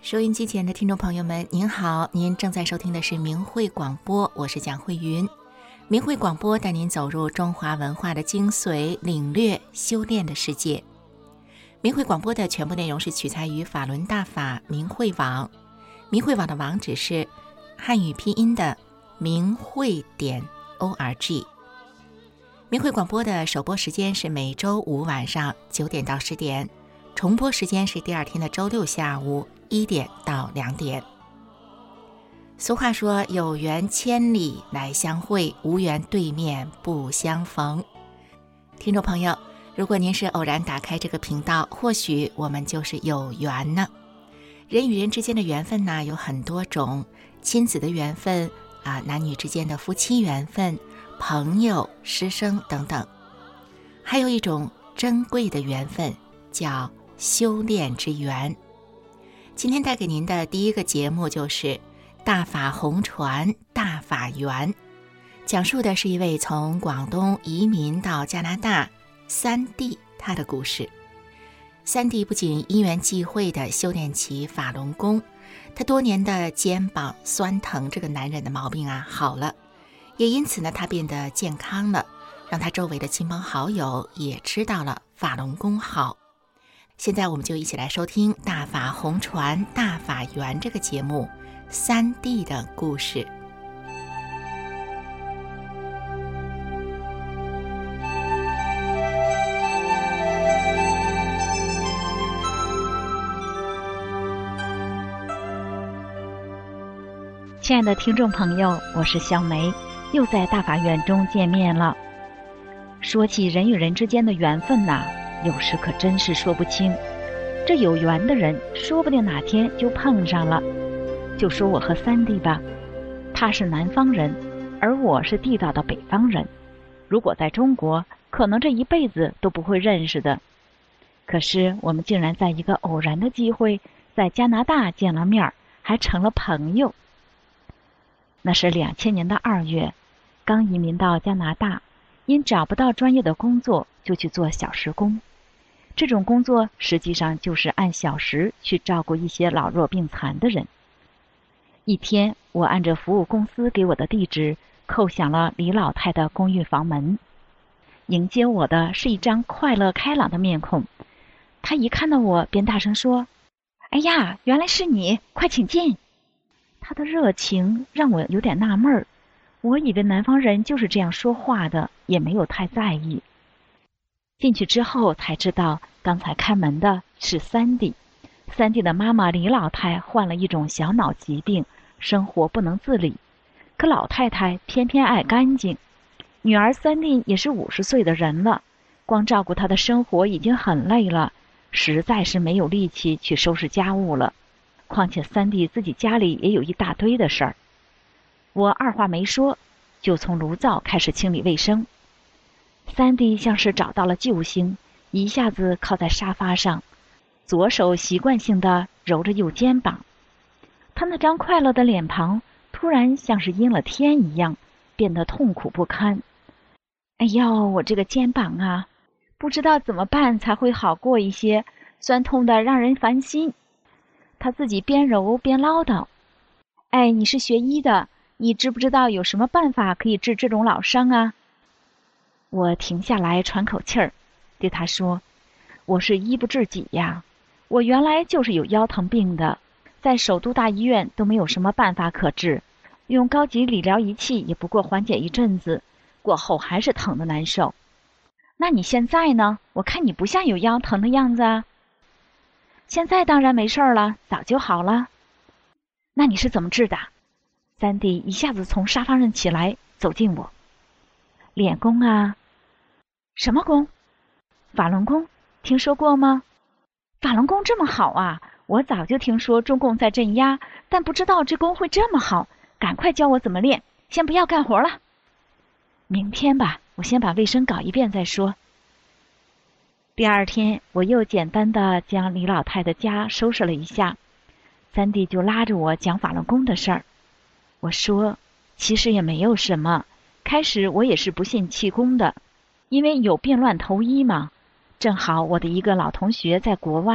收音机前的听众朋友们，您好，您正在收听的是明慧广播，我是蒋慧云。明慧广播带您走入中华文化的精髓，领略修炼的世界。明慧广播的全部内容是取材于法轮大法明慧网，明慧网的网址是汉语拼音的明慧.org。明慧广播的首播时间是每周五晚上9点到10点，重播时间是第二天的周六下午1点到2点。俗话说，有缘千里来相会，无缘对面不相逢。听众朋友，如果您是偶然打开这个频道，或许我们就是有缘呢。人与人之间的缘分呢，有很多种，亲子的缘分男女之间的夫妻缘分，朋友、师生等等。还有一种珍贵的缘分，叫修炼之缘。今天带给您的第一个节目就是大法红传大法缘，讲述的是一位从广东移民到加拿大三弟他的故事。三弟不仅因缘际会地修炼起法轮功，他多年的肩膀酸疼这个男人的毛病好了，也因此呢他变得健康了，让他周围的亲朋好友也知道了法轮功好。现在我们就一起来收听大法红传大法缘这个节目，三弟的故事。 亲爱的听众朋友，我是小梅，又在大法缘中见面了。说起人与人之间的缘分有时可真是说不清。这有缘的人说不定哪天就碰上了。就说我和三弟吧，他是南方人，而我是地道的北方人。如果在中国，可能这一辈子都不会认识的。可是我们竟然在一个偶然的机会，在加拿大见了面，还成了朋友。那是2000年的2月，刚移民到加拿大，因找不到专业的工作，就去做小时工。这种工作实际上就是按小时去照顾一些老弱病残的人。一天，我按着服务公司给我的地址，叩响了李老太的公寓房门。迎接我的是一张快乐开朗的面孔，她一看到我便大声说：“哎呀，原来是你，快请进。”她的热情让我有点纳闷儿，我以为南方人就是这样说话的，也没有太在意。进去之后才知道，刚才开门的是三弟。三弟的妈妈李老太患了一种小脑疾病，生活不能自理，可老太太偏偏爱干净。女儿三弟也是50岁的人了，光照顾她的生活已经很累了，实在是没有力气去收拾家务了。况且三弟自己家里也有一大堆的事儿。我二话没说，就从炉灶开始清理卫生。三弟像是找到了救星，一下子靠在沙发上，左手习惯性地揉着右肩膀。他那张快乐的脸庞突然像是阴了天一样，变得痛苦不堪。哎呦，我这个肩膀不知道怎么办才会好过一些，酸痛的让人烦心。他自己边揉边唠叨：“哎，你是学医的，你知不知道有什么办法可以治这种老伤啊？”我停下来喘口气儿，对他说：“我是医不治己呀，我原来就是有腰疼病的，在首都大医院都没有什么办法可治，用高级理疗仪器也不过缓解一阵子，过后还是疼得难受。那你现在呢？我看你不像有腰疼的样子啊。”“现在当然没事了，早就好了。”“那你是怎么治的？”三弟一下子从沙发上起来，走近我。“练功啊。”“什么功？”“法轮功，听说过吗？”“法轮功这么好啊！我早就听说中共在镇压，但不知道这功会这么好。赶快教我怎么练，先不要干活了。”“明天吧，我先把卫生搞一遍再说。”第二天，我又简单的将李老太的家收拾了一下，三弟就拉着我讲法轮功的事儿。我说：“其实也没有什么，开始我也是不信气功的，因为有病乱投医嘛。正好我的一个老同学在国外，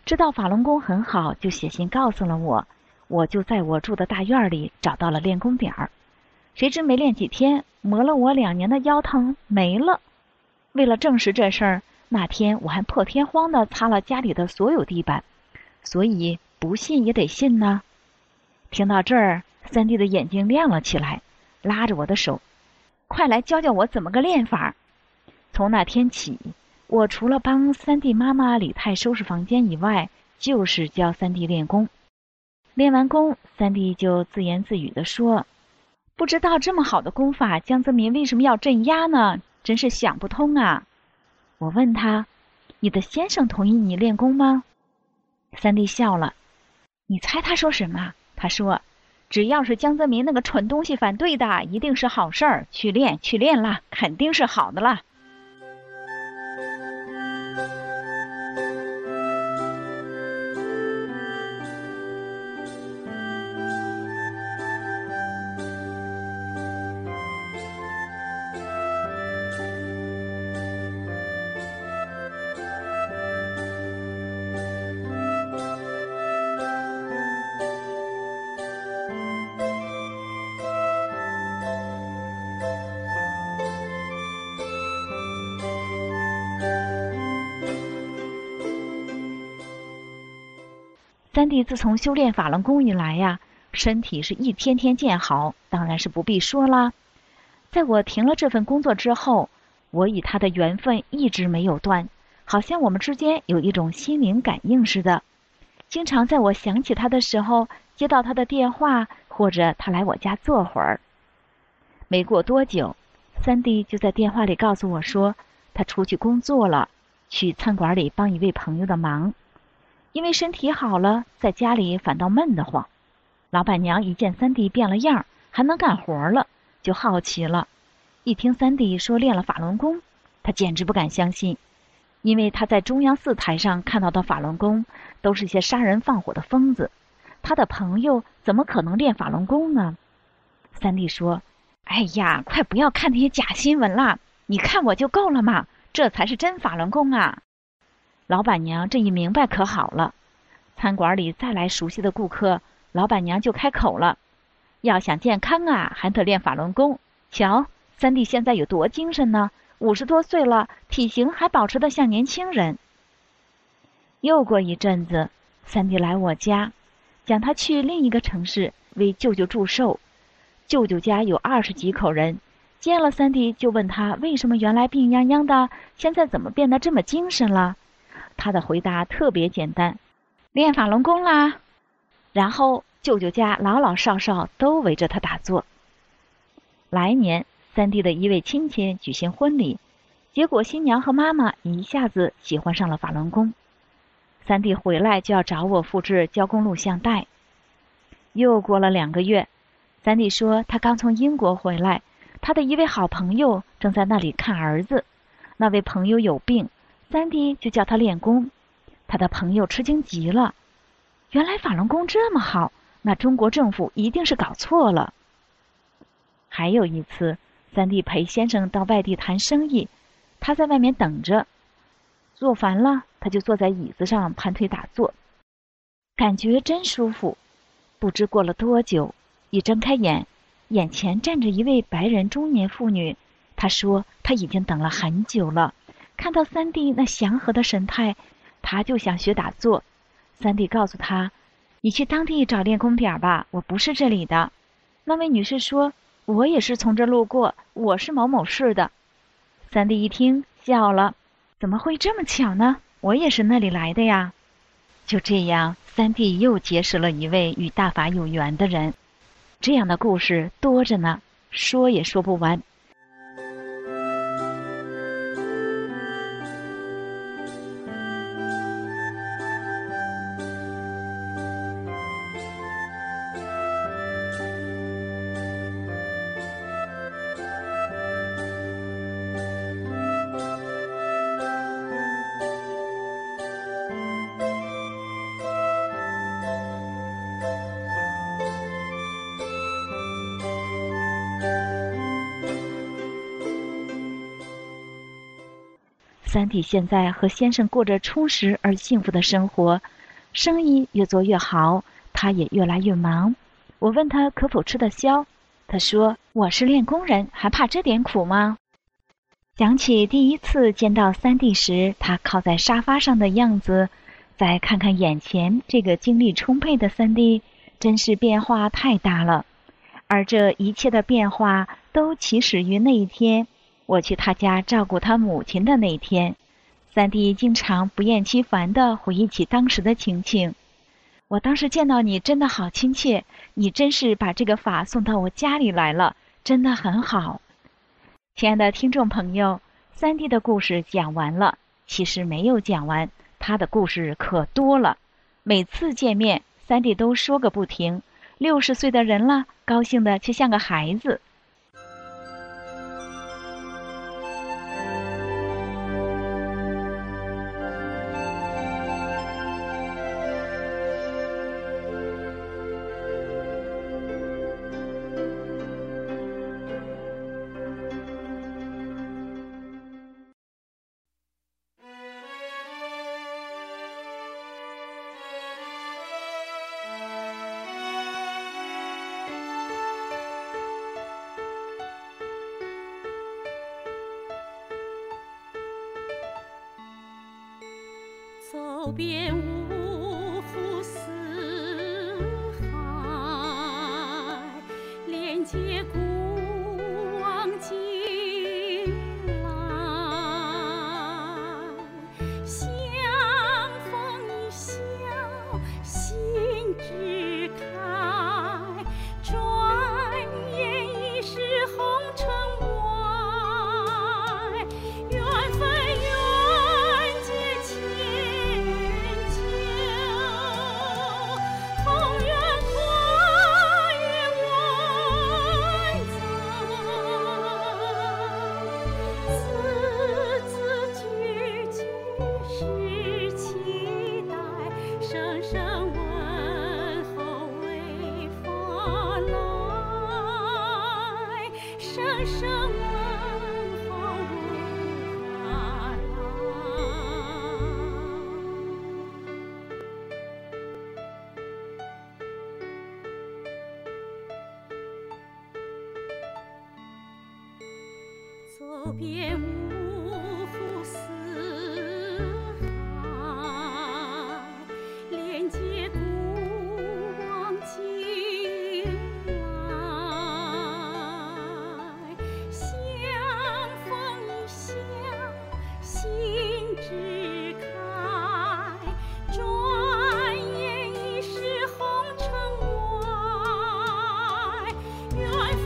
知道法轮功很好，就写信告诉了我。我就在我住的大院里找到了练功点儿。谁知没练几天，磨了我2年的腰疼没了。为了证实这事儿，那天我还破天荒地擦了家里的所有地板。所以不信也得信呢。听到这儿，三弟的眼睛亮了起来，拉着我的手，快来教教我怎么个练法。从那天起，我除了帮三弟妈妈李太收拾房间以外，就是教三弟练功。练完功，三弟就自言自语地说，不知道这么好的功法，江泽民为什么要镇压呢？真是想不通啊。我问他，你的先生同意你练功吗？三弟笑了。你猜他说什么？他说，只要是江泽民那个蠢东西反对的，一定是好事儿，去练啦，肯定是好的啦。三弟自从修炼法轮功以来呀，身体是一天天见好，当然是不必说啦。在我停了这份工作之后，我与他的缘分一直没有断，好像我们之间有一种心灵感应似的。经常在我想起他的时候，接到他的电话，或者他来我家坐会儿。没过多久，三弟就在电话里告诉我说，他出去工作了，去餐馆里帮一位朋友的忙。因为身体好了，在家里反倒闷得慌。老板娘一见三弟变了样，还能干活了，就好奇了。一听三弟说练了法轮功，他简直不敢相信，因为他在中央4台上看到的法轮功都是些杀人放火的疯子，他的朋友怎么可能练法轮功呢？三弟说，哎呀，快不要看那些假新闻啦，你看我就够了嘛，这才是真法轮功啊。老板娘这一明白可好了，餐馆里再来熟悉的顾客，老板娘就开口了，要想健康啊，还得练法轮功。瞧，三弟现在有多精神呢，50多岁了，体型还保持得像年轻人。又过一阵子，三弟来我家，讲他去另一个城市为舅舅祝寿。舅舅家有20几口人，见了三弟就问他为什么原来病殃殃的，现在怎么变得这么精神了。他的回答特别简单，练法轮功啦。然后舅舅家老老少少都围着他打坐。来年，三弟的一位亲戚举行婚礼，结果新娘和妈妈一下子喜欢上了法轮功。三弟回来就要找我复制交工录像带。又过了2个月，三弟说他刚从英国回来，他的一位好朋友正在那里看儿子，那位朋友有病，三弟就叫他练功。他的朋友吃惊极了，原来法轮功这么好，那中国政府一定是搞错了。还有一次，三弟陪先生到外地谈生意，他在外面等着，坐烦了，他就坐在椅子上盘腿打坐，感觉真舒服。不知过了多久，一睁开眼，眼前站着一位白人中年妇女。她说她已经等了很久了，看到三弟那祥和的神态，她就想学打坐。三弟告诉她，你去当地找练功点吧，我不是这里的。那位女士说，我也是从这路过，我是某某市的。三弟一听笑了，怎么会这么巧呢？我也是那里来的呀。就这样，三弟又结识了一位与大法有缘的人。这样的故事多着呢，说也说不完。三弟现在和先生过着充实而幸福的生活， 生意越做越好，他也越来越忙。我问他可否吃得消，他说我是练功人，还怕这点苦吗？想起第一次见到三弟时，他靠在沙发上的样子，再看看眼前这个精力充沛的三弟，真是变化太大了。而这一切的变化都起始于那一天，我去他家照顾他母亲的那一天。三弟经常不厌其烦地回忆起当时的情景。我当时见到你真的好亲切，你真是把这个法送到我家里来了，真的很好。亲爱的听众朋友，三弟的故事讲完了，其实没有讲完，他的故事可多了。每次见面，三弟都说个不停，60岁的人了，高兴的却像个孩子。 走遍五湖四海，连接古往今来，相逢一笑心知开，转眼已是红尘外，缘分走遍五湖四海，连接古往今来，相逢一笑心知开，转眼已是红尘外，缘分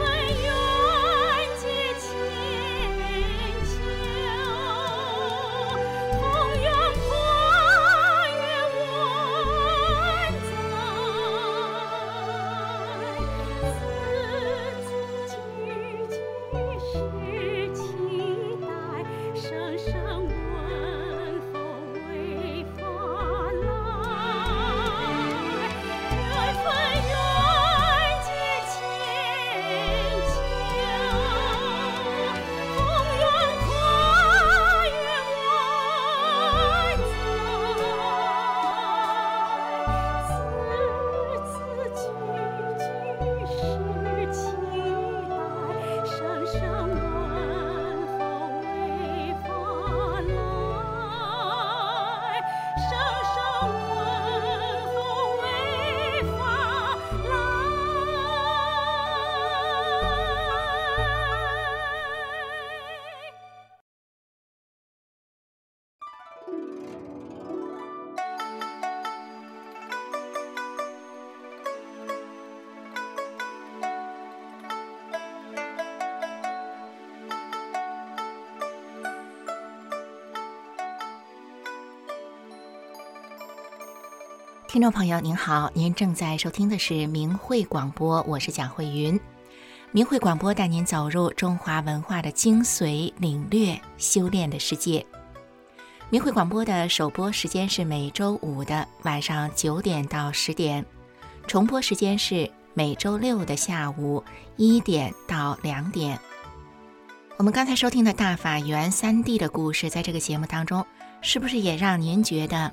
听众朋友您好，您正在收听的是明慧广播，我是蒋慧云。明慧广播带您走入中华文化的精髓，领略修炼的世界。明慧广播的首播时间是每周五的晚上9点到10点，重播时间是每周六的下午1点到2点。我们刚才收听的大法缘三弟的故事，在这个节目当中，是不是也让您觉得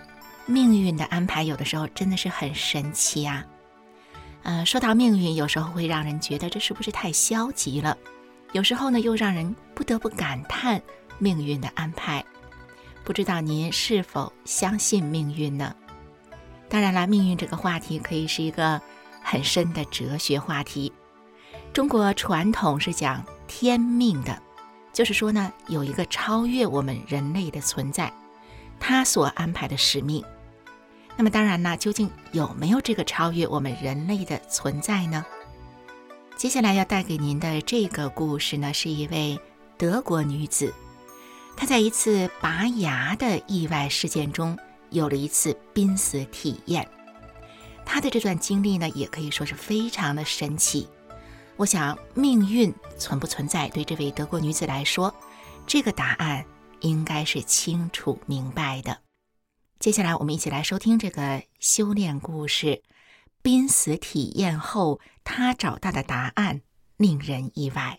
命运的安排有的时候真的是很神奇啊。说到命运，有时候会让人觉得这是不是太消极了，有时候呢又让人不得不感叹命运的安排。不知道您是否相信命运呢？当然了，命运这个话题可以是一个很深的哲学话题。中国传统是讲天命的，就是说呢，有一个超越我们人类的存在，他所安排的使命。那么当然呢，究竟有没有这个超越我们人类的存在呢？接下来要带给您的这个故事呢，是一位德国女子，她在一次拔牙的意外事件中有了一次濒死体验。她的这段经历呢，也可以说是非常的神奇。我想命运存不存在，对这位德国女子来说，这个答案应该是清楚明白的。接下来我们一起来收听这个修炼故事，濒死体验后她找到的答案令人意外。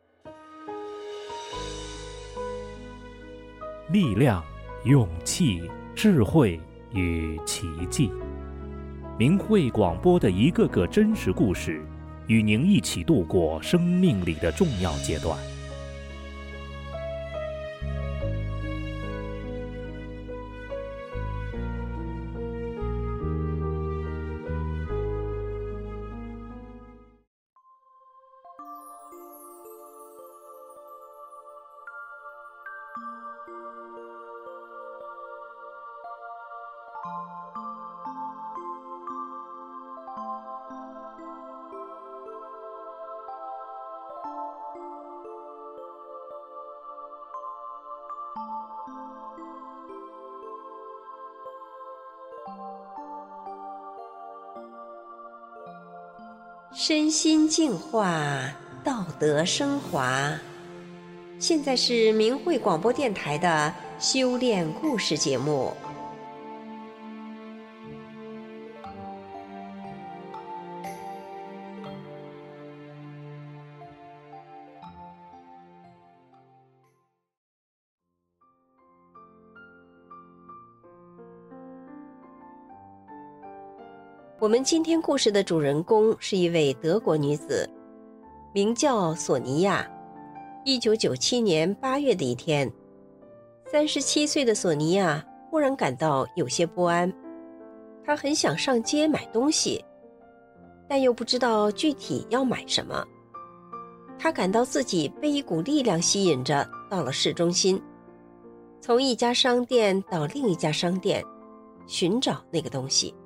力量、勇气、智慧与奇迹，明慧广播的一个个真实故事，与您一起度过生命里的重要阶段。 身心净化，道德升华。现在是明慧广播电台的修炼故事节目。我们今天故事的主人公是一位德国女子，名叫索尼娅。1997年8月的一天，37岁的索尼娅忽然感到有些不安。她很想上街买东西，但又不知道具体要买什么。她感到自己被一股力量吸引着到了市中心，从一家商店到另一家商店，寻找那个东西。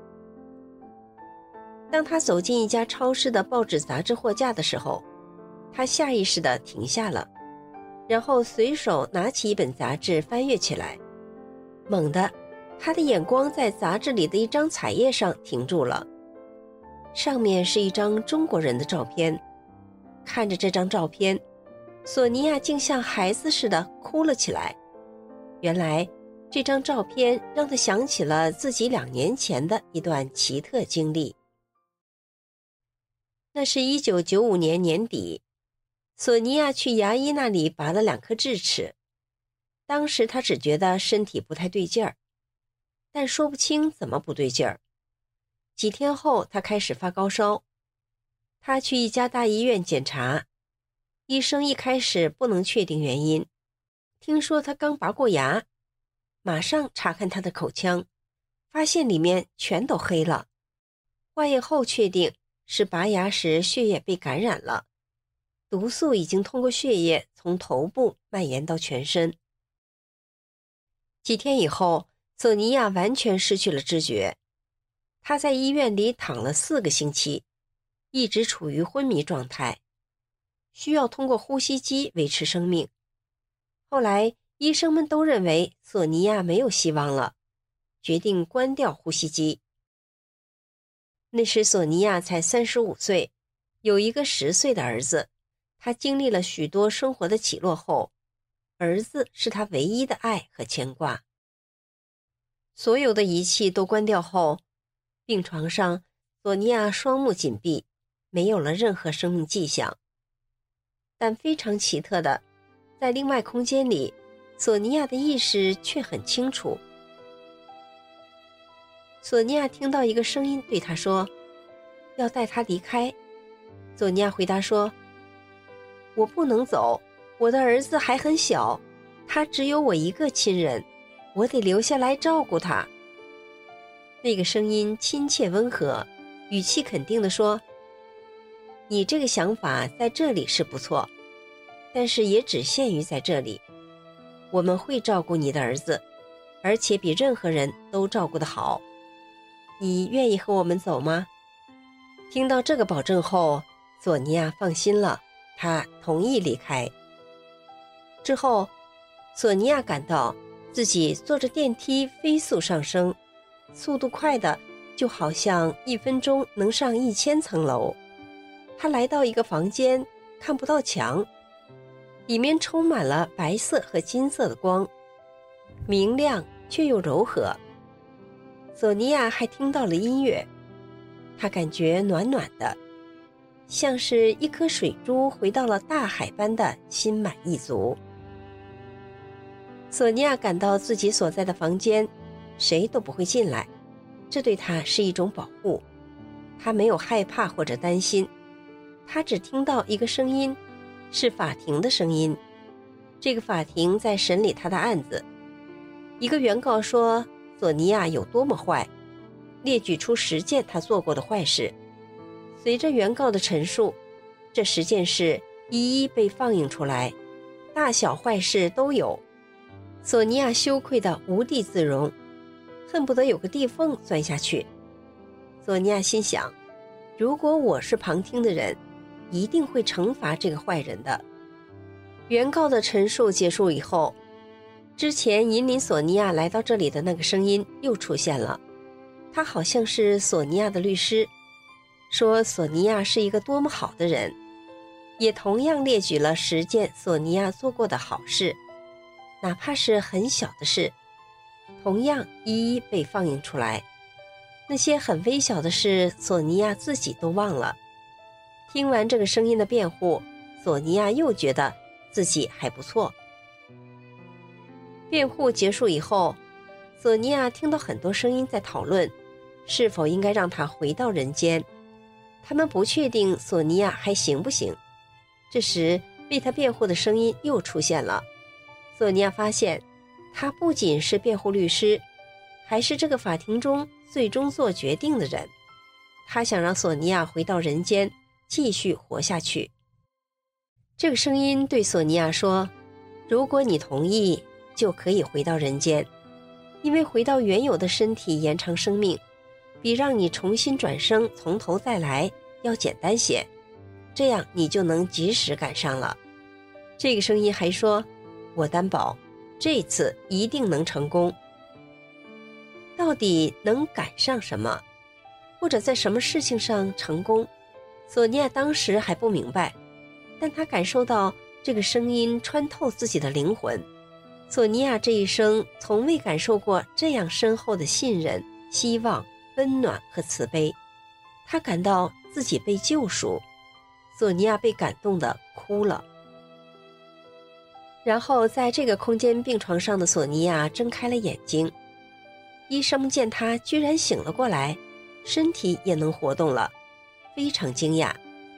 当他走进一家超市的报纸杂志货架的时候，他下意识地停下了，然后随手拿起一本杂志翻阅起来。猛地，他的眼光在杂志里的一张彩页上停住了，上面是一张中国人的照片。看着这张照片，索尼娅竟像孩子似的哭了起来。原来这张照片让他想起了自己2年前的一段奇特经历。那是1995年年底，索尼娅去牙医那里拔了2颗智齿。当时她只觉得身体不太对劲儿，但说不清怎么不对劲儿。几天后，她开始发高烧。她去一家大医院检查，医生一开始不能确定原因，听说她刚拔过牙，马上查看她的口腔，发现里面全都黑了。化验后确定是拔牙时血液被感染了，毒素已经通过血液从头部蔓延到全身。几天以后，索尼娅完全失去了知觉。她在医院里躺了4个星期，一直处于昏迷状态，需要通过呼吸机维持生命。后来医生们都认为索尼娅没有希望了，决定关掉呼吸机。那时索尼娅才35岁，有一个10岁的儿子。她经历了许多生活的起落后，儿子是她唯一的爱和牵挂。所有的仪器都关掉后，病床上索尼娅双目紧闭，没有了任何生命迹象。但非常奇特的，在另外空间里，索尼娅的意识却很清楚。 索尼娅听到一个声音对她说，要带她离开。索尼娅回答说，我不能走，我的儿子还很小，他只有我一个亲人，我得留下来照顾他。那个声音亲切温和，语气肯定地说，你这个想法在这里是不错，但是也只限于在这里。我们会照顾你的儿子，而且比任何人都照顾得好。你愿意和我们走吗？听到这个保证后，索尼娅放心了，她同意离开。之后，索尼娅感到自己坐着电梯飞速上升，速度快的就好像1分钟能上1000层楼。她来到一个房间，看不到墙，里面充满了白色和金色的光，明亮却又柔和。索尼娅还听到了音乐，她感觉暖暖的，像是一颗水珠回到了大海般的心满意足。索尼娅感到自己所在的房间谁都不会进来，这对她是一种保护。她没有害怕或者担心，她只听到一个声音，是法庭的声音。这个法庭在审理她的案子。一个原告说索尼娅有多么坏，列举出10件她做过的坏事。随着原告的陈述，这10件事一一被放映出来，大小坏事都有。索尼娅羞愧得无地自容，恨不得有个地缝钻下去。索尼娅心想，如果我是旁听的人，一定会惩罚这个坏人的。原告的陈述结束以后，之前引领索尼娅来到这里的那个声音又出现了，他好像是索尼娅的律师，说索尼娅是一个多么好的人，也同样列举了10件索尼娅做过的好事，哪怕是很小的事，同样一一被放映出来。那些很微小的事，索尼娅自己都忘了。听完这个声音的辩护，索尼娅又觉得自己还不错。辩护结束以后，索尼娅听到很多声音在讨论是否应该让她回到人间。他们不确定索尼娅还行不行。这时为她辩护的声音又出现了。索尼娅发现他不仅是辩护律师，还是这个法庭中最终做决定的人。他想让索尼娅回到人间，继续活下去。这个声音对索尼娅说，如果你同意，就可以回到人间，因为回到原有的身体延长生命，比让你重新转生从头再来要简单些，这样你就能及时赶上了。这个声音还说，我担保这次一定能成功。到底能赶上什么，或者在什么事情上成功，索尼娅当时还不明白，但她感受到这个声音穿透自己的灵魂。索尼娅这一生从未感受过这样深厚的信任、希望、温暖和慈悲，她感到自己被救赎。索尼娅被感动得哭了。然后在这个空间病床上的索尼娅睁开了眼睛，医生见她居然醒了过来，身体也能活动了，非常惊讶。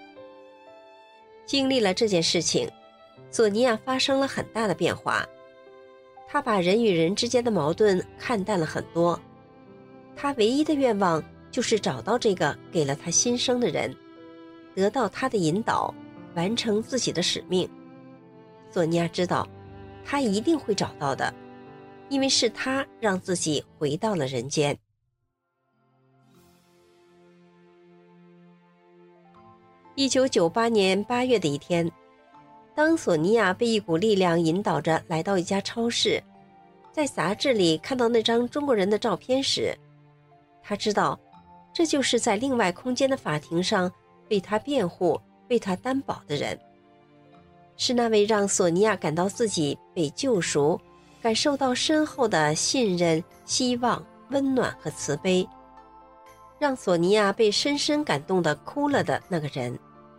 经历了这件事情，索尼娅发生了很大的变化。她把人与人之间的矛盾看淡了很多，她唯一的愿望就是找到这个给了她新生的人，得到他的引导，完成自己的使命。索尼娅知道她一定会找到的，因为是她让自己回到了人间。1998年8月的一天，当索尼娅被一股力量引导着来到一家超市，在杂志里看到那张中国人的照片时，她知道这就是在另外空间的法庭上为她辩护、为她担保的人，是那位让索尼娅感到自己被救赎，感受到深厚的信任、希望、温暖和慈悲，让索尼娅被深深感动地哭了的那个人。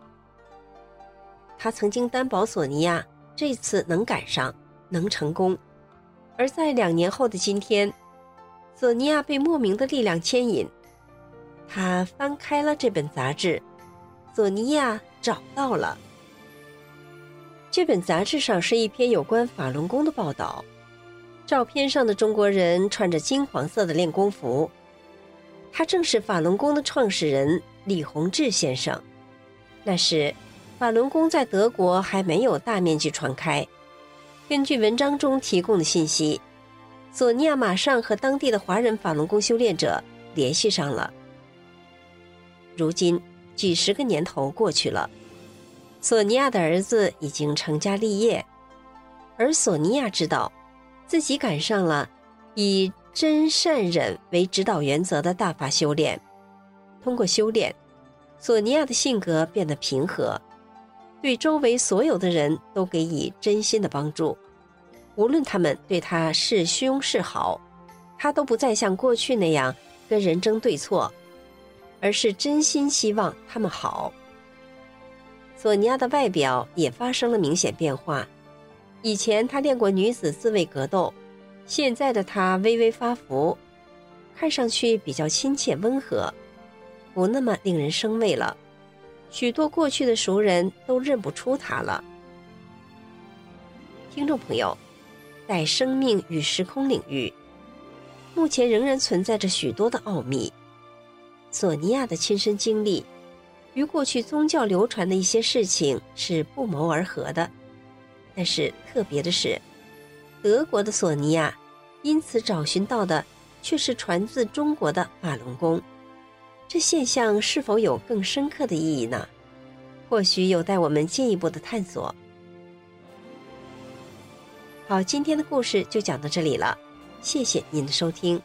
他曾经担保索尼娅这次能赶上，能成功。而在2年后的今天， 索尼娅被莫名的力量牵引，她翻开了这本杂志，索尼娅找到了。这本杂志上是一篇有关法轮功的报道，照片上的中国人穿着金黄色的练功服，他正是法轮功的创始人李洪志先生。那时法轮功在德国还没有大面积传开。根据文章中提供的信息，索尼娅马上和当地的华人法轮功修炼者联系上了。如今几十个年头过去了，索尼娅的儿子已经成家立业，而索尼娅知道自己赶上了以真善忍为指导原则的大法修炼。通过修炼，索尼娅的性格变得平和，对周围所有的人都给予真心的帮助，无论他们对她是凶是好，她都不再像过去那样跟人争对错，而是真心希望他们好。索尼娅的外表也发生了明显变化，以前她练过女子自卫格斗，现在的她微微发福，看上去比较亲切温和，不那么令人生畏了。许多过去的熟人都认不出她了。听众朋友，在生命与时空领域，目前仍然存在着许多的奥秘。索尼娅的亲身经历与过去宗教流传的一些事情是不谋而合的，但是特别的是，德国的索尼娅因此找寻到的却是传自中国的法轮功。这现象是否有更深刻的意义呢？或许有待我们进一步的探索。好，今天的故事就讲到这里了，谢谢您的收听。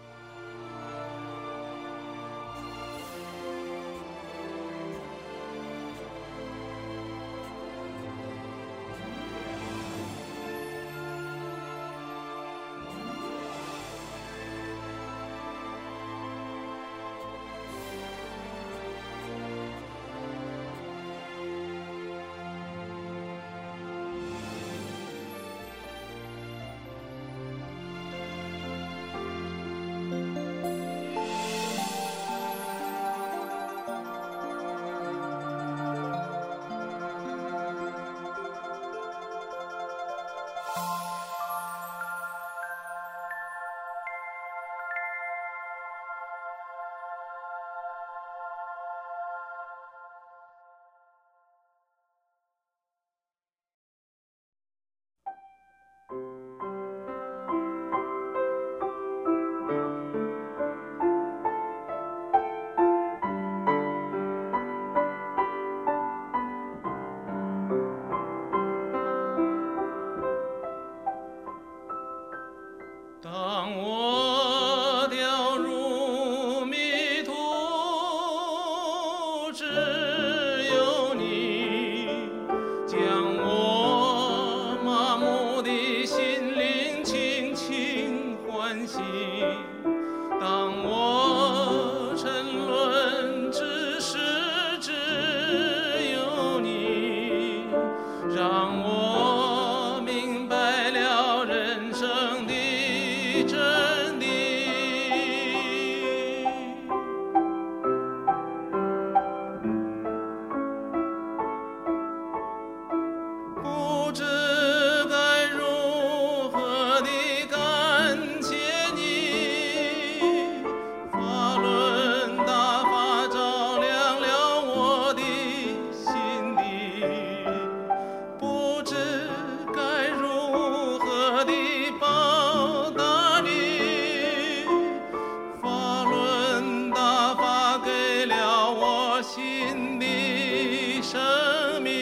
当我掉入迷途，只有你将我麻木的心灵轻轻唤醒。当我沉沦之时，只有你让我明白了人生的真理。不知该如何地感谢你，法轮大法照亮了我的心底，不知该如何地报答你，法轮大法给了我新的生命。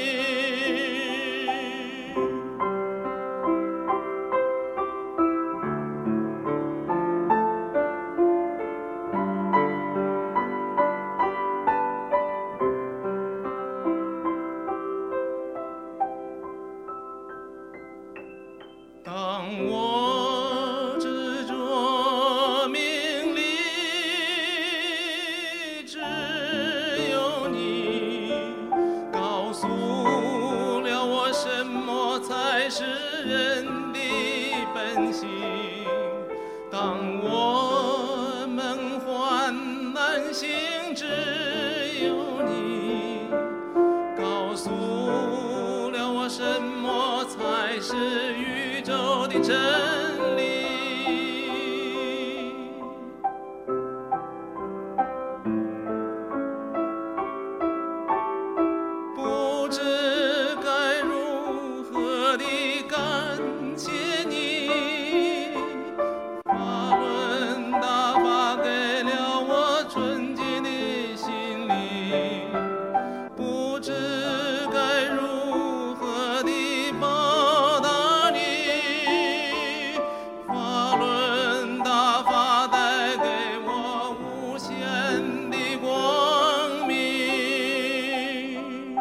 当我执着名利，只有你告诉真理。不知该如何地感谢你，法轮大法给了我纯洁的心灵，不知该如何地报答你，法轮大法带给我无限的光明。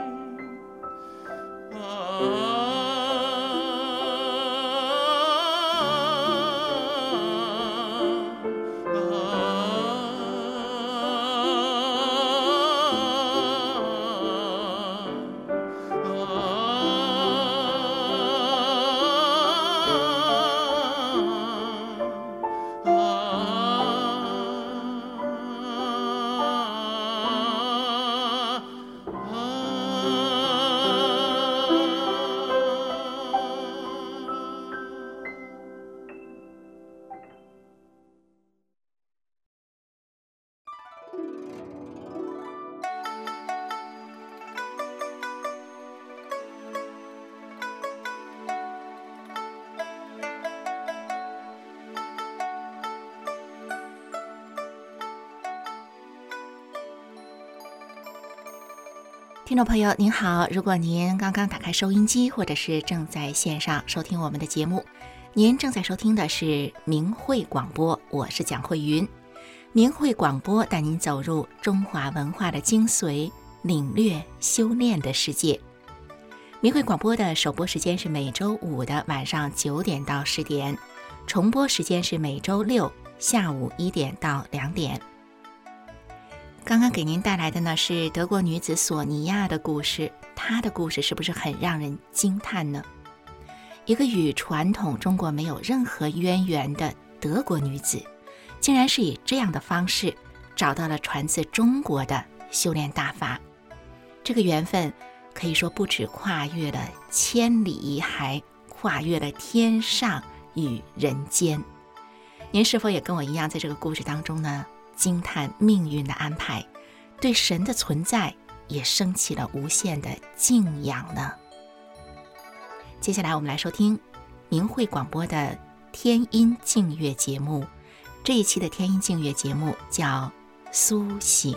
听众朋友您好，如果您刚刚打开收音机，或者是正在线上收听我们的节目，您正在收听的是明慧广播，我是蒋慧云。明慧广播带您走入中华文化的精髓，领略修炼的世界。明慧广播的首播时间是每周五的晚上9点到10点，重播时间是每周六下午1点到2点。刚刚给您带来的呢是德国女子索尼娅的故事，她的故事是不是很让人惊叹呢？一个与传统中国没有任何渊源的德国女子，竟然是以这样的方式找到了传自中国的修炼大法。这个缘分可以说不止跨越了千里，还跨越了天上与人间。您是否也跟我一样，在这个故事当中呢，惊叹命运的安排，对神的存在也升起了无限的敬仰呢？接下来我们来收听明慧广播的天音净乐节目，这一期的天音净乐节目叫苏醒。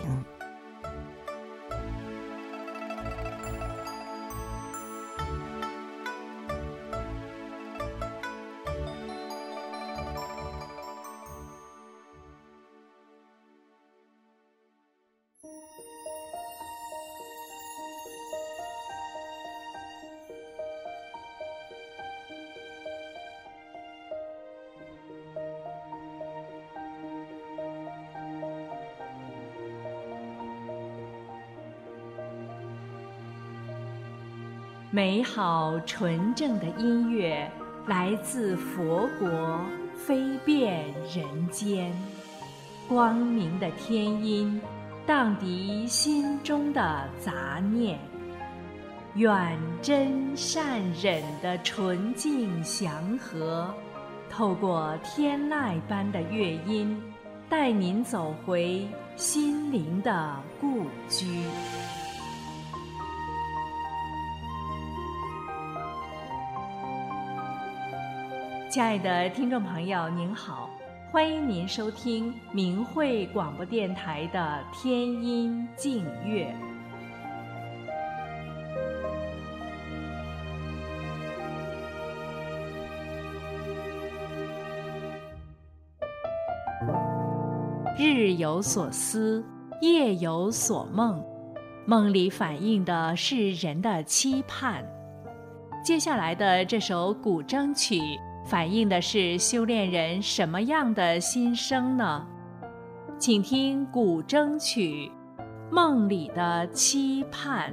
美好纯正的音乐来自佛国，飞遍人间。光明的天音荡涤心中的杂念，愿真善忍的纯净祥和，透过天籁般的乐音，带您走回心灵的故居。亲爱的听众朋友您好，欢迎您收听明慧广播电台的天音净乐。日有所思，夜有所梦，梦里反映的是人的期盼。接下来的这首古筝曲反映的是修炼人什么样的心声呢？请听古筝曲《梦里的期盼》。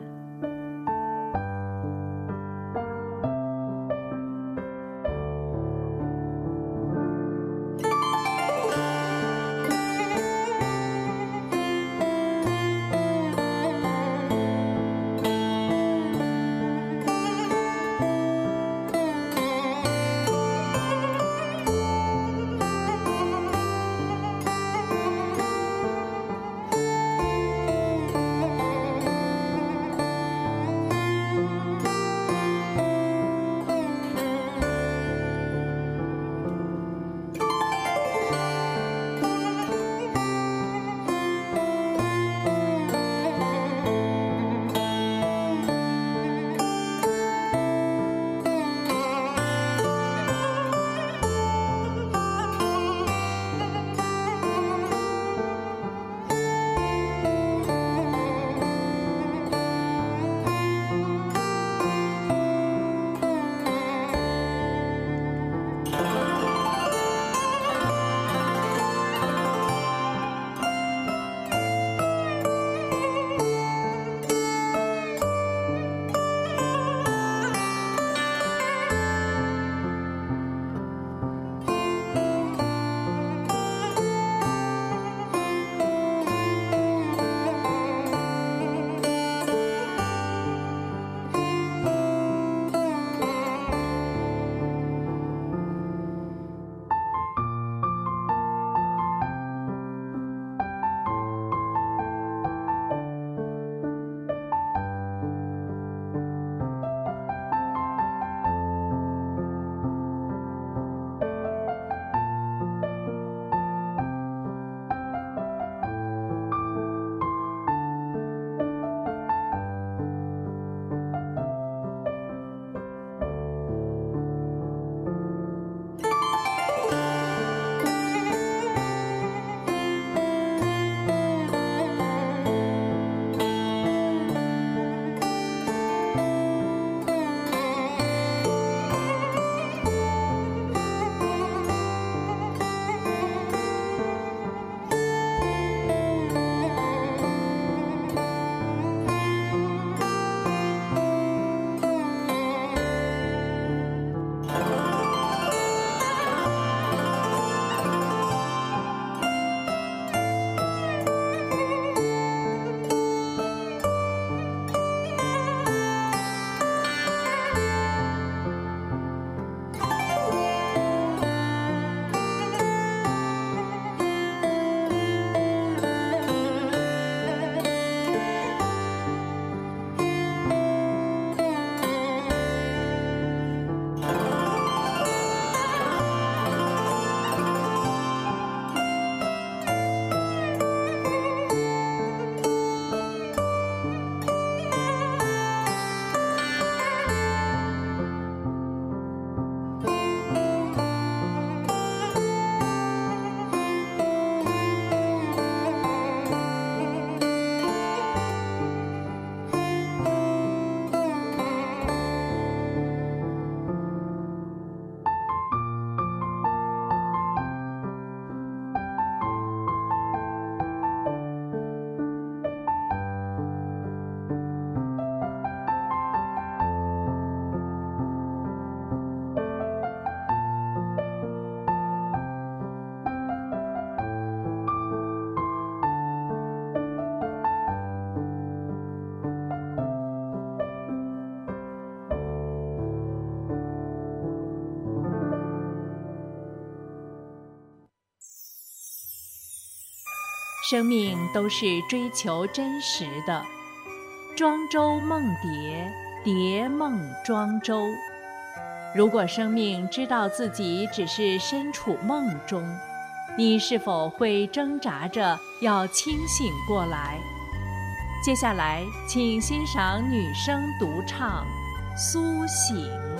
生命都是追求真实的，庄周梦蝶，蝶梦庄周。如果生命知道自己只是身处梦中，你是否会挣扎着要清醒过来？接下来，请欣赏女声独唱《苏醒》。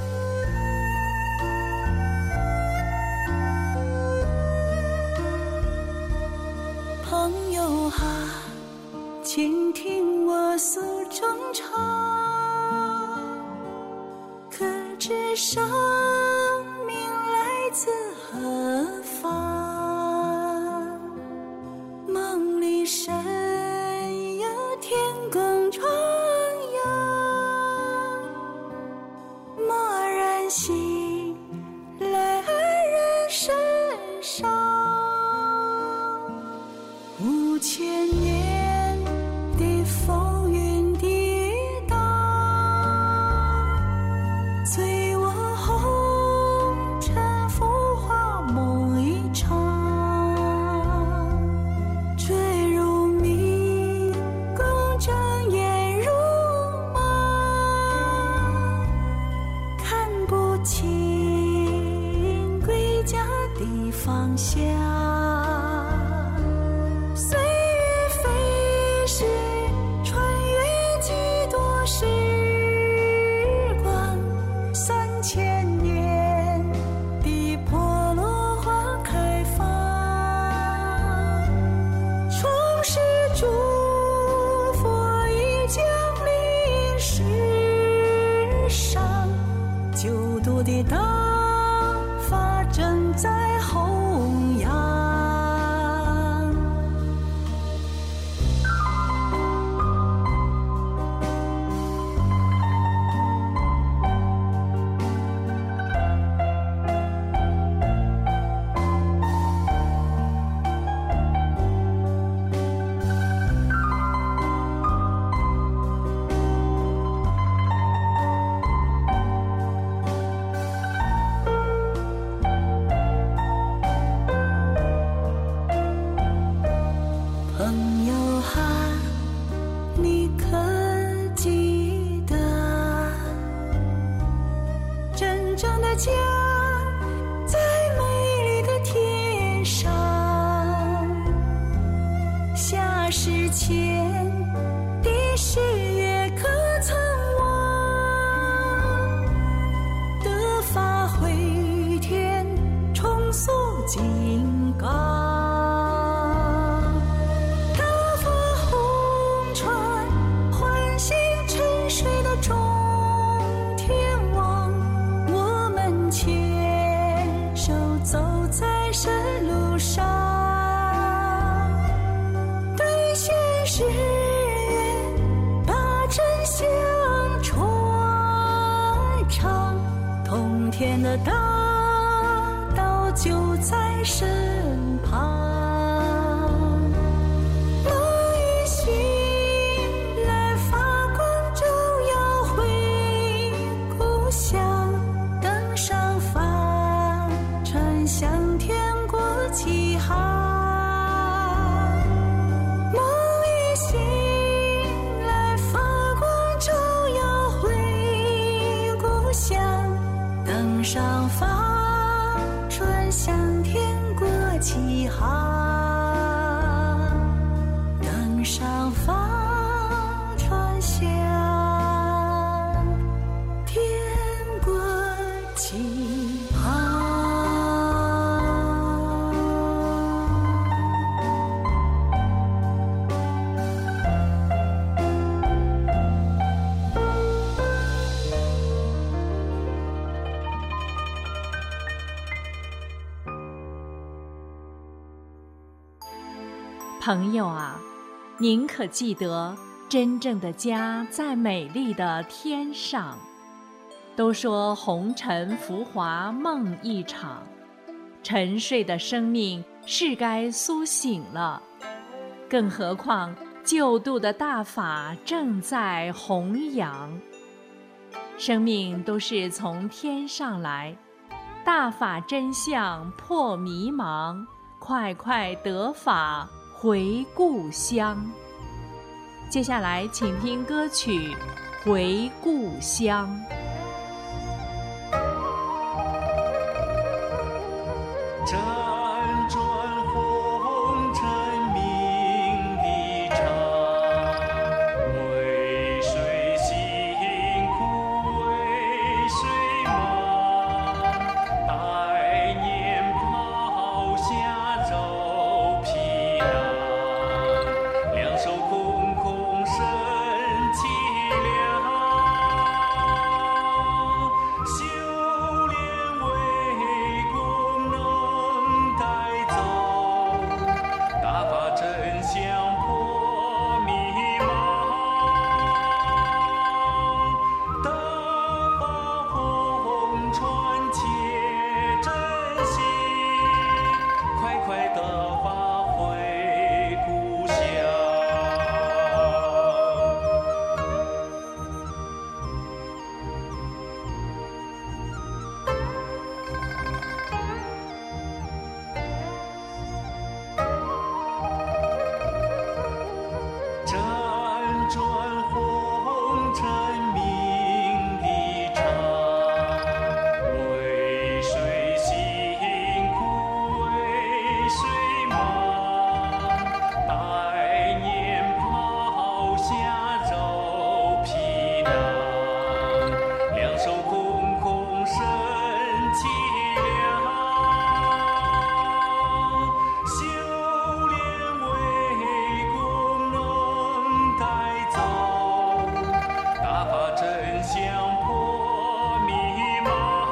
朋友啊，请听我诉衷肠，可知生命来自何方？梦里神有天公传扬，蓦然醒来黯然神伤。5000年的风云跌宕，醉卧红尘浮华梦一场，坠入迷宫睁眼如梦，看不清归家的方向。的大法正在弘扬。朋友啊，你可记得，真正的家在美丽的天上。夏时前的誓约可曾忘？得法回天，重塑金刚。山路上，对现实把真相传唱，通天的大道就在身旁。梦一醒来，发光照耀回故乡，登上发，传向天起航。梦一醒来，发光照耀回故乡，登上发，传向天国起航。登上发，传向天国起航。 朋友啊，您可记得，真正的家在美丽的天上。都说红尘浮华梦一场，沉睡的生命是该苏醒了。更何况救度的大法正在弘扬。生命都是从天上来，大法真相破迷茫，快快得法回故乡。接下来，请听歌曲《回故乡》。 辗转红尘名利场，为谁辛苦为谁忙？百年抛下肉皮囊，两手空空身凄凉。修炼为功能带走，打发真相破迷茫。大发红传且珍惜，快快地发回故乡。辗转红尘名利场，为谁辛苦为谁忙？百年抛下肉皮囊，两手空空身凄凉。修炼为功能带走，打发真相破迷茫。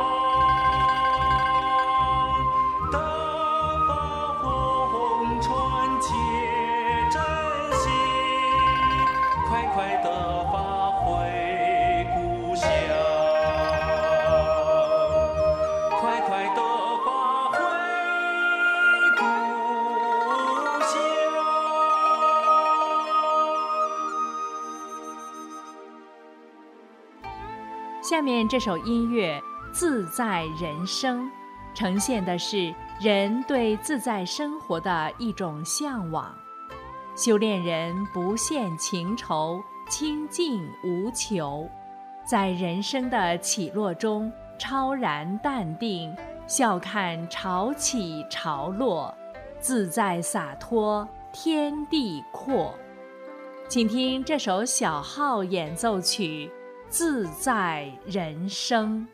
大发红传且珍惜，快快地发回故乡。快快地发回故乡。 下面这首音乐《自在人生》，呈现的是人对自在生活的一种向往。修炼人不羡情仇，清净无求，在人生的起落中超然淡定，笑看潮起潮落，自在洒脱，天地阔。请听这首小号演奏曲《自在人生》。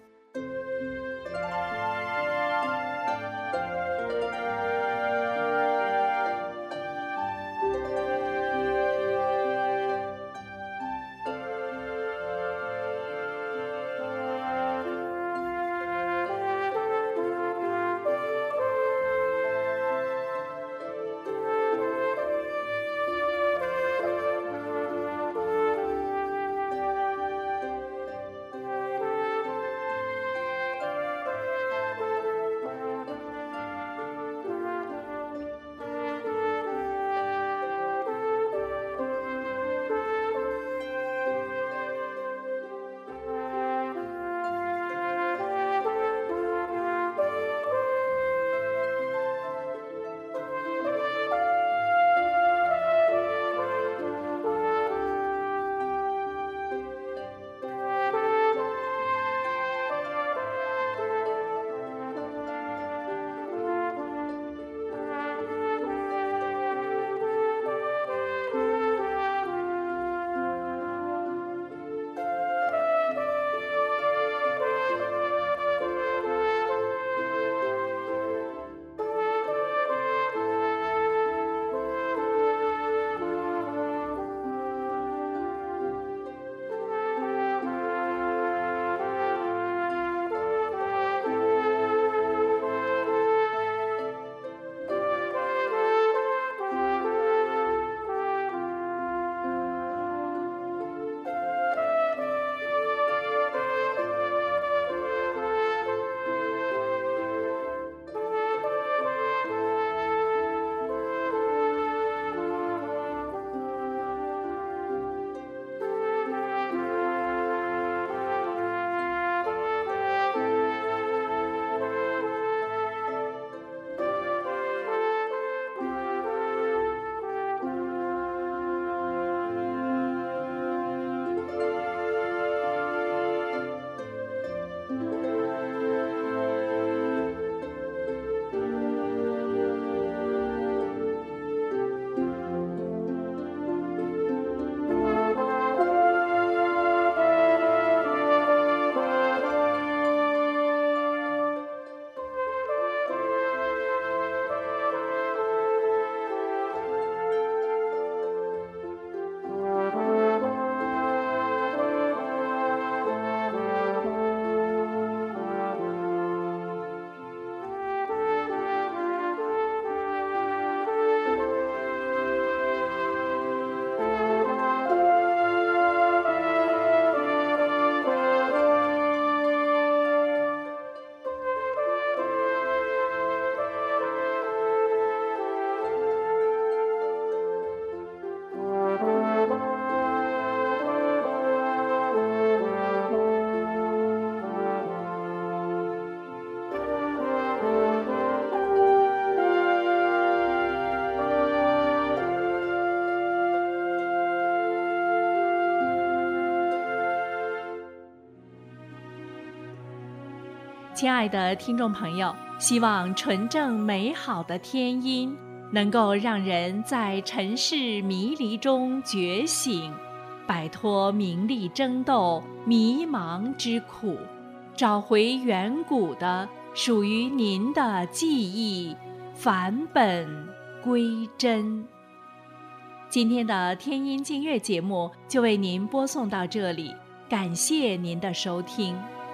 亲爱的听众朋友，希望纯正美好的天音能够让人在尘世迷离中觉醒，摆脱名利争斗、迷茫之苦，找回远古的属于您的记忆，返本归真。今天的天音净月节目就为您播送到这里，感谢您的收听。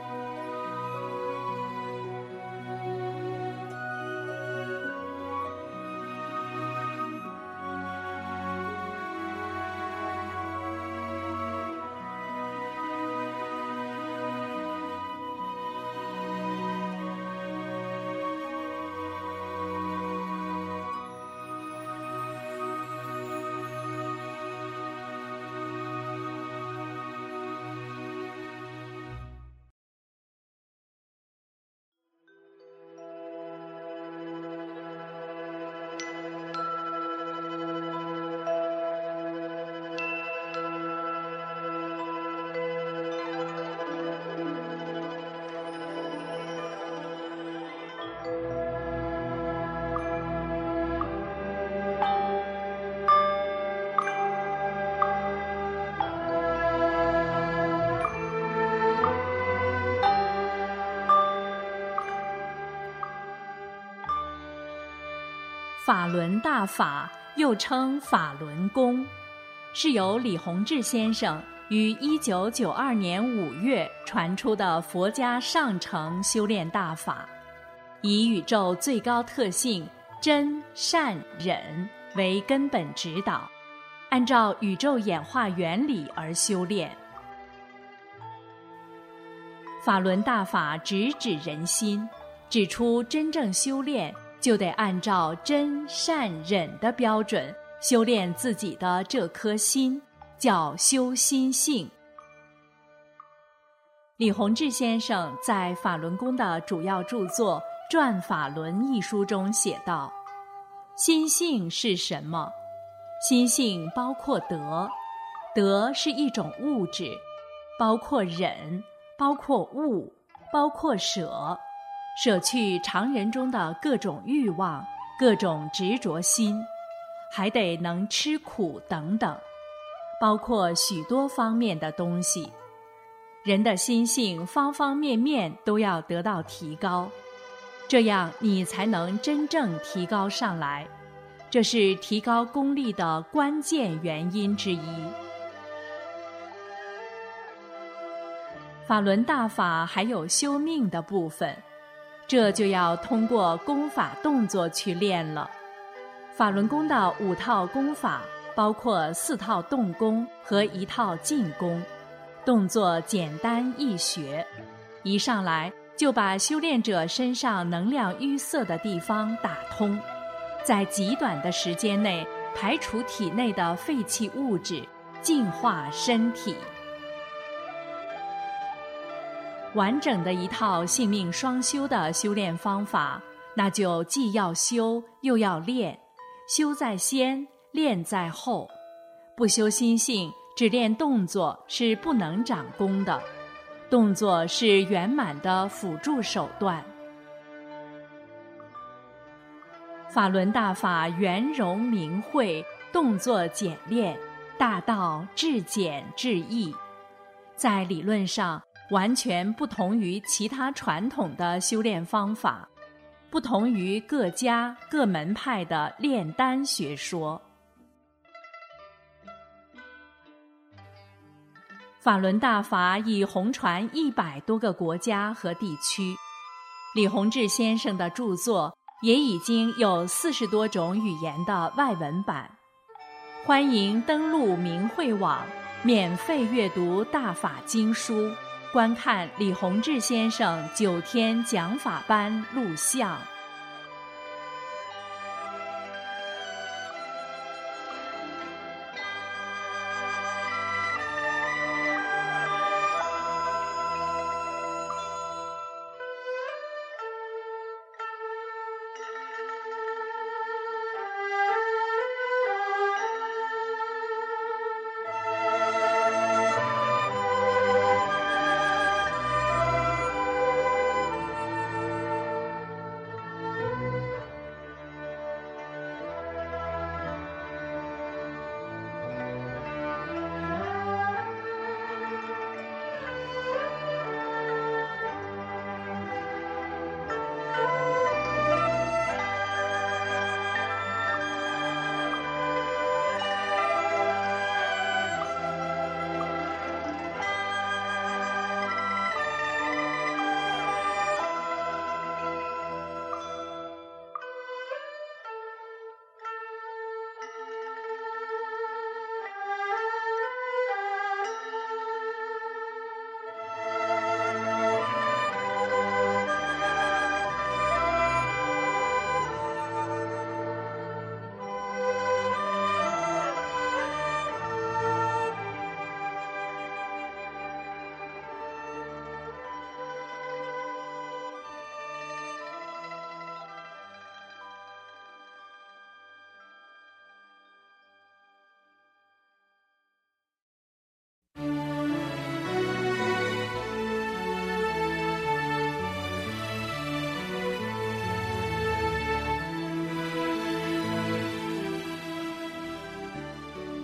法轮大法又称法轮功，是由李洪志先生于1992年5月传出的佛家上乘修炼大法，以宇宙最高特性真善忍为根本指导，按照宇宙演化原理而修炼。法轮大法直指人心，指出真正修炼就得按照真善忍的标准修炼自己的这颗心，叫修心性。李洪志先生在法轮功的主要著作《转法轮》一书中写道：心性是什么？心性包括德，德是一种物质，包括忍，包括悟，包括舍，舍去常人中的各种欲望、各种执着心，还得能吃苦等等，包括许多方面的东西。人的心性方方面面都要得到提高，这样你才能真正提高上来，这是提高功力的关键原因之一。法轮大法还有修命的部分，这就要通过功法动作去练了。法轮功的5套功法包括4套动功和1套静功，动作简单易学，一上来就把修炼者身上能量淤塞的地方打通，在极短的时间内排除体内的废弃物质，净化身体。完整的一套性命双修的修炼方法，那就既要修又要练，修在先，练在后。不修心性，只练动作是不能长功的，动作是圆满的辅助手段。法轮大法圆融明慧，动作简练，大道至简至易，在理论上完全不同于其他传统的修炼方法，不同于各家各门派的炼丹学说。法轮大法已红传100多个国家和地区，李洪志先生的著作也已经有40多种语言的外文版。欢迎登录明慧网，免费阅读大法经书，观看李洪志先生9天讲法班录像。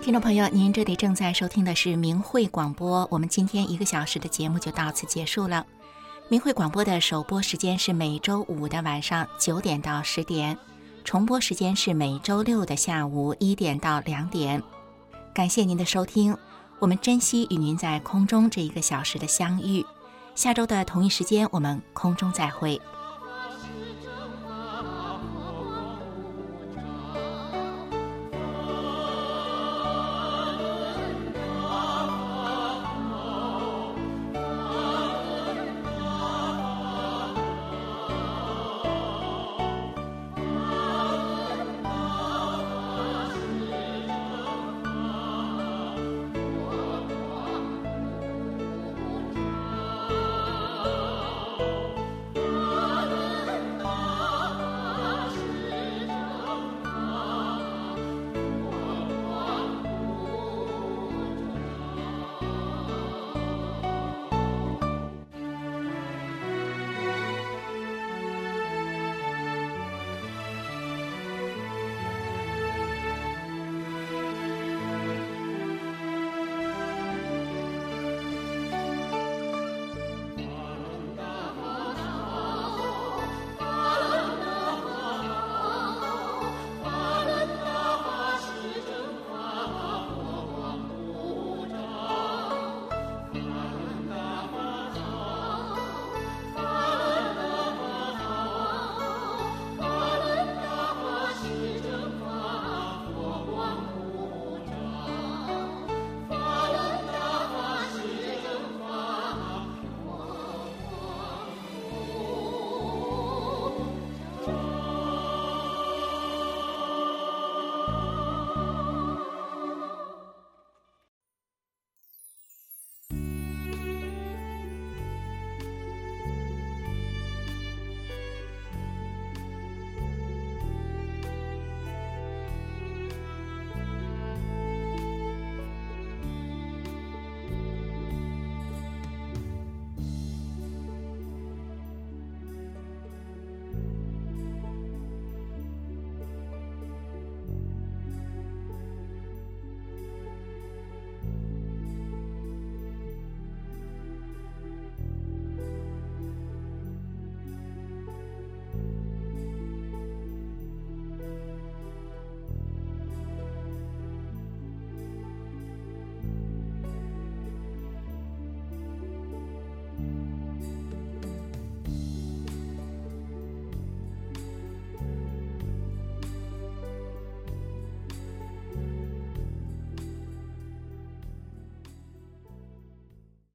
听众朋友，您这里正在收听的是明慧广播，我们今天1个小时的节目就到此结束了。明慧广播的首播时间是每周5的晚上9点到10点，重播时间是每周6的下午1点到2点。感谢您的收听，我们珍惜与您在空中这1个小时的相遇。下周的同一时间，我们空中再会。